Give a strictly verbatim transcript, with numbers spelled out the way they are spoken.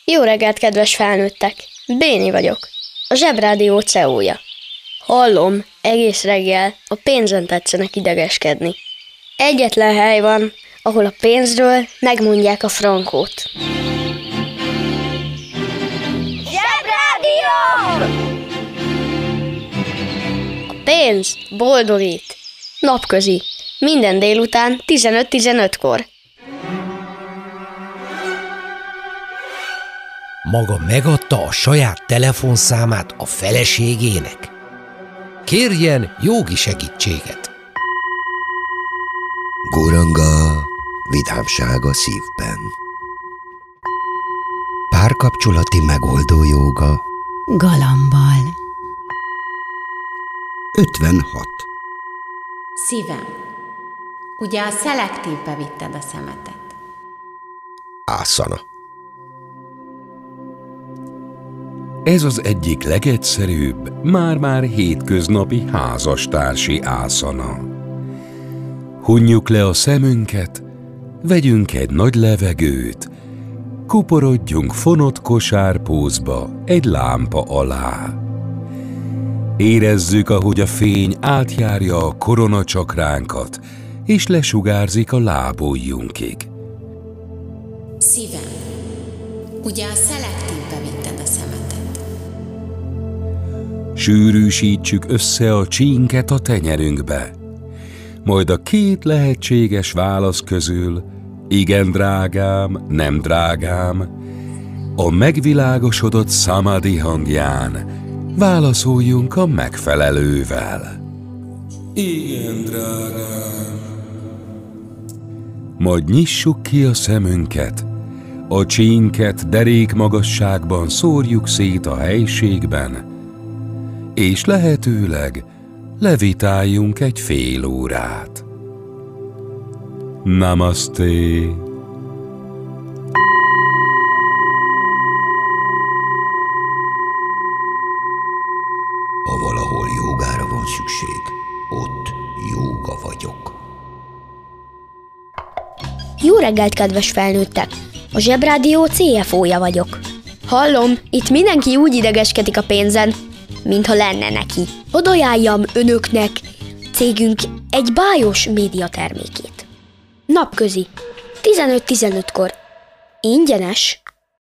Jó reggelt, kedves felnőttek! Béni vagyok, a Zsebrádió cé e ó-ja. Hallom, egész reggel a pénzen tetszenek idegeskedni. Egyetlen hely van, ahol a pénzről megmondják a frankót. Zsebrádió! A pénz boldogít. Napközi, minden délután tizenöt tizenötkor. Maga megadta a saját telefonszámát a feleségének? Kérjen jogi segítséget. Góranga, vidámság a szívben. Párkapcsolati megoldó jóga. Galambal. ötvenhat. Szívem, ugye a szelektívbe vitted a szemetet? Ászana. Ez az egyik legegyszerűbb, már-már hétköznapi házastársi ászana. Hunjuk le a szemünket, vegyünk egy nagy levegőt, kuporodjunk fonott kosárpózba egy lámpa alá. Érezzük, ahogy a fény átjárja a koronacsakránkat, és lesugárzik a lábujjunkig. Szívem, ugye a szelektívbe vitted a szemetet? Sűrűsítsük össze a csínket a tenyerünkbe, majd a két lehetséges válasz közül, igen drágám, nem drágám, a megvilágosodott samadhi hangján válaszoljunk a megfelelővel. Igen drágám. Majd nyissuk ki a szemünket, a csínket derékmagasságban szórjuk szét a helységben, és lehetőleg levitáljunk egy fél órát. Namaste! Ha valahol jógára van szükség, ott jóga vagyok. Jó reggelt, kedves felnőttek! A Zsebrádió cé ef ó-ja vagyok. Hallom, itt mindenki úgy idegeskedik a pénzen, mintha lenne neki. Hadd ajánljam önöknek cégünk egy bájos médiatermékét. Napközi, tizenöt tizenötkor. Ingyenes.